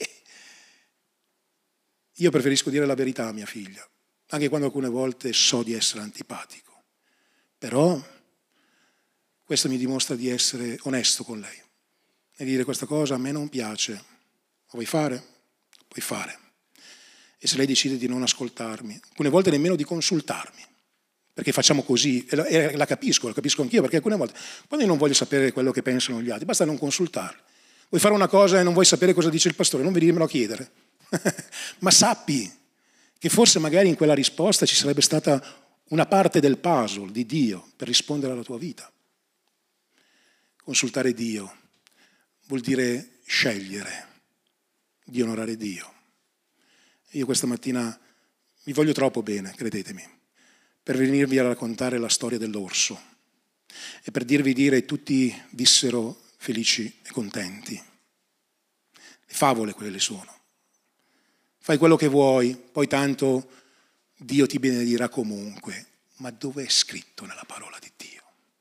Io preferisco dire la verità a mia figlia, anche quando alcune volte so di essere antipatico. Però questo mi dimostra di essere onesto con lei e dire questa cosa a me non piace. Lo vuoi fare? Puoi fare. E se lei decide di non ascoltarmi, alcune volte nemmeno di consultarmi, perché facciamo così, e la, e la capisco, la capisco anch'io, perché alcune volte, quando io non voglio sapere quello che pensano gli altri, basta non consultarli. Vuoi fare una cosa e non vuoi sapere cosa dice il pastore, non venirmelo a chiedere. Ma sappi che forse magari in quella risposta ci sarebbe stata una parte del puzzle di Dio per rispondere alla tua vita. Consultare Dio vuol dire scegliere di onorare Dio. Io questa mattina vi voglio troppo bene, credetemi, per venirvi a raccontare la storia dell'orso e per dirvi dire tutti vissero felici e contenti. Le favole quelle sono. Fai quello che vuoi, poi tanto Dio ti benedirà comunque. Ma dove è scritto nella parola di Dio?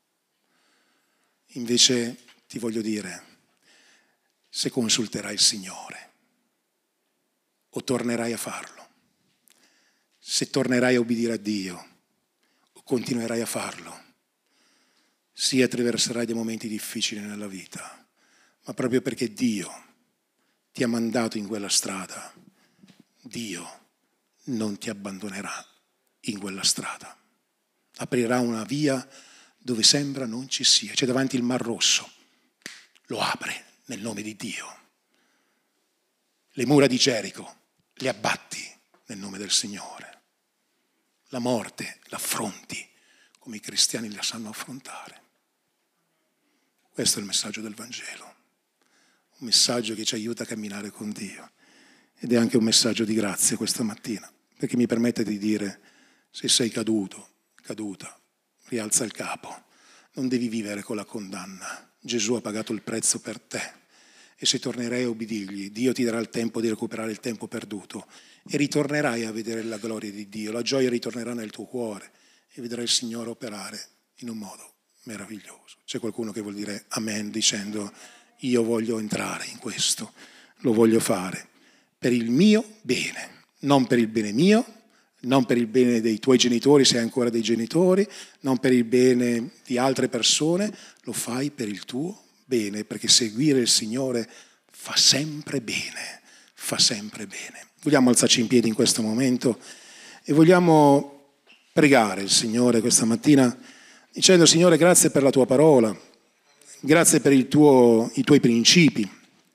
Invece ti voglio dire, se consulterai il Signore o tornerai a farlo, se tornerai a obbedire a Dio o continuerai a farlo, sì, attraverserai dei momenti difficili nella vita, ma proprio perché Dio ti ha mandato in quella strada, Dio non ti abbandonerà in quella strada. Aprirà una via dove sembra non ci sia. C'è davanti il Mar Rosso. Lo apre nel nome di Dio. Le mura di Gerico le abbatti nel nome del Signore. La morte l'affronti come i cristiani la sanno affrontare. Questo è il messaggio del Vangelo. Un messaggio che ci aiuta a camminare con Dio. Ed è anche un messaggio di grazia questa mattina, perché mi permette di dire, se sei caduto, caduta, rialza il capo, non devi vivere con la condanna. Gesù ha pagato il prezzo per te e se tornerai a ubbidirgli, Dio ti darà il tempo di recuperare il tempo perduto e ritornerai a vedere la gloria di Dio, la gioia ritornerà nel tuo cuore e vedrai il Signore operare in un modo meraviglioso. C'è qualcuno che vuol dire amen dicendo io voglio entrare in questo, lo voglio fare. Per il mio bene, non per il bene mio, non per il bene dei tuoi genitori, se hai ancora dei genitori, non per il bene di altre persone, lo fai per il tuo bene, perché seguire il Signore fa sempre bene, fa sempre bene. Vogliamo alzarci in piedi in questo momento e vogliamo pregare il Signore questa mattina dicendo Signore grazie per la tua parola, grazie per il tuo, i tuoi principi.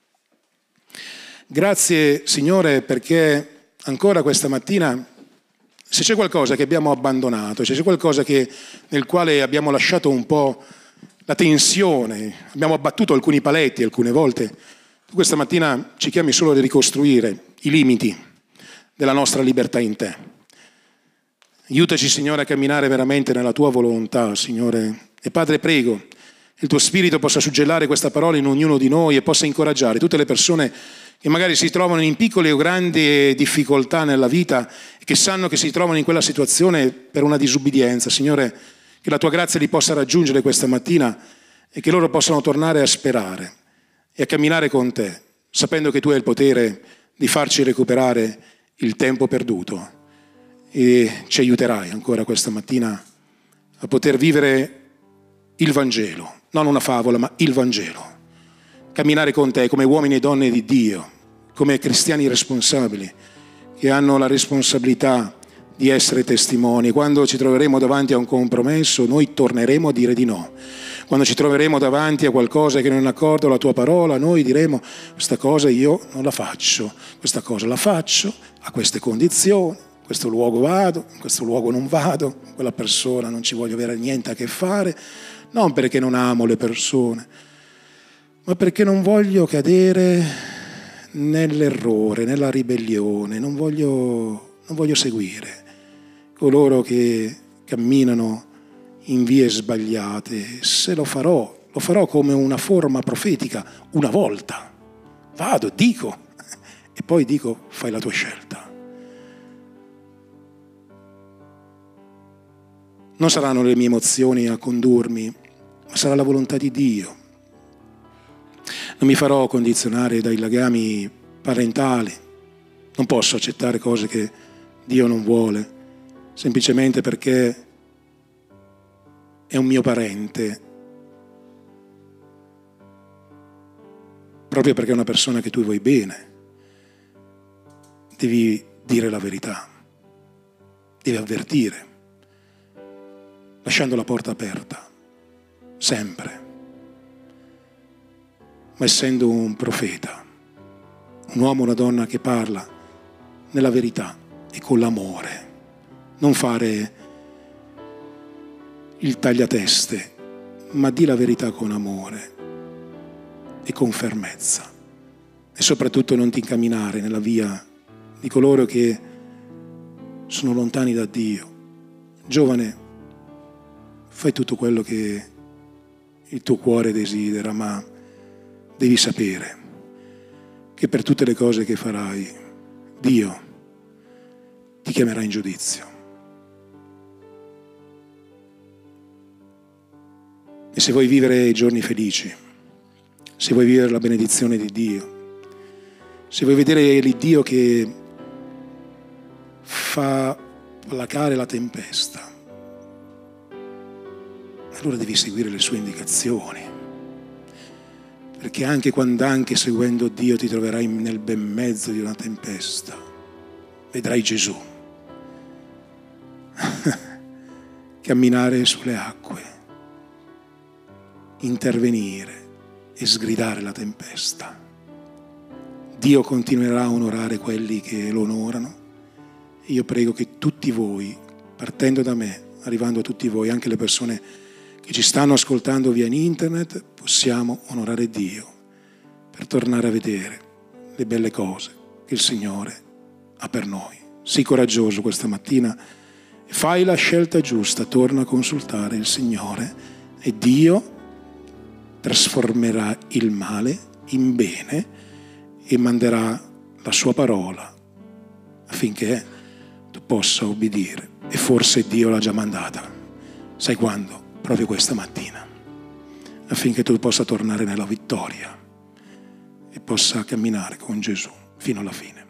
Grazie Signore perché ancora questa mattina se c'è qualcosa che abbiamo abbandonato, se c'è qualcosa che, nel quale abbiamo lasciato un po' la tensione, abbiamo abbattuto alcuni paletti alcune volte, tu questa mattina ci chiami solo a ricostruire i limiti della nostra libertà in te. Aiutaci Signore a camminare veramente nella tua volontà, Signore. E Padre prego che il tuo Spirito possa suggellare questa parola in ognuno di noi e possa incoraggiare tutte le persone che magari si trovano in piccole o grandi difficoltà nella vita e che sanno che si trovano in quella situazione per una disubbidienza. Signore, che la tua grazia li possa raggiungere questa mattina e che loro possano tornare a sperare e a camminare con te, sapendo che tu hai il potere di farci recuperare il tempo perduto e ci aiuterai ancora questa mattina a poter vivere il Vangelo, non una favola, ma il Vangelo. Camminare con te come uomini e donne di Dio, come cristiani responsabili, che hanno la responsabilità di essere testimoni. Quando ci troveremo davanti a un compromesso, noi torneremo a dire di no. Quando ci troveremo davanti a qualcosa che non è in accordo alla tua parola, noi diremo: questa cosa io non la faccio, questa cosa la faccio a queste condizioni, in questo luogo vado, in questo luogo non vado, con quella persona non ci voglio avere niente a che fare, non perché non amo le persone, ma perché non voglio cadere nell'errore, nella ribellione, non voglio, non voglio seguire coloro che camminano in vie sbagliate. Se lo farò, lo farò come una forma profetica, una volta. Vado, dico, e poi dico: fai la tua scelta. Non saranno le mie emozioni a condurmi, ma sarà la volontà di Dio. Non mi farò condizionare dai legami parentali. Non posso accettare cose che Dio non vuole, semplicemente perché è un mio parente, proprio perché è una persona che tu vuoi bene. Devi dire la verità, devi avvertire, lasciando la porta aperta, sempre. Ma essendo un profeta, un uomo o una donna che parla nella verità e con l'amore, non fare il tagliateste, ma di la verità con amore e con fermezza. E soprattutto non ti incamminare nella via di coloro che sono lontani da Dio. Giovane, fai tutto quello che il tuo cuore desidera, ma devi sapere che per tutte le cose che farai, Dio ti chiamerà in giudizio. E se vuoi vivere i giorni felici, se vuoi vivere la benedizione di Dio, se vuoi vedere l'Iddio che fa placare la tempesta, allora devi seguire le sue indicazioni. Perché anche quando, anche seguendo Dio, ti troverai nel ben mezzo di una tempesta, vedrai Gesù camminare sulle acque, intervenire e sgridare la tempesta. Dio continuerà a onorare quelli che lo onorano. Io prego che tutti voi, partendo da me, arrivando a tutti voi, anche le persone che ci stanno ascoltando via in internet, possiamo onorare Dio per tornare a vedere le belle cose che il Signore ha per noi. Sii coraggioso questa mattina, fai la scelta giusta, torna a consultare il Signore e Dio trasformerà il male in bene e manderà la sua parola affinché tu possa obbedire. E forse Dio l'ha già mandata. Sai quando? Proprio questa mattina, affinché tu possa tornare nella vittoria e possa camminare con Gesù fino alla fine.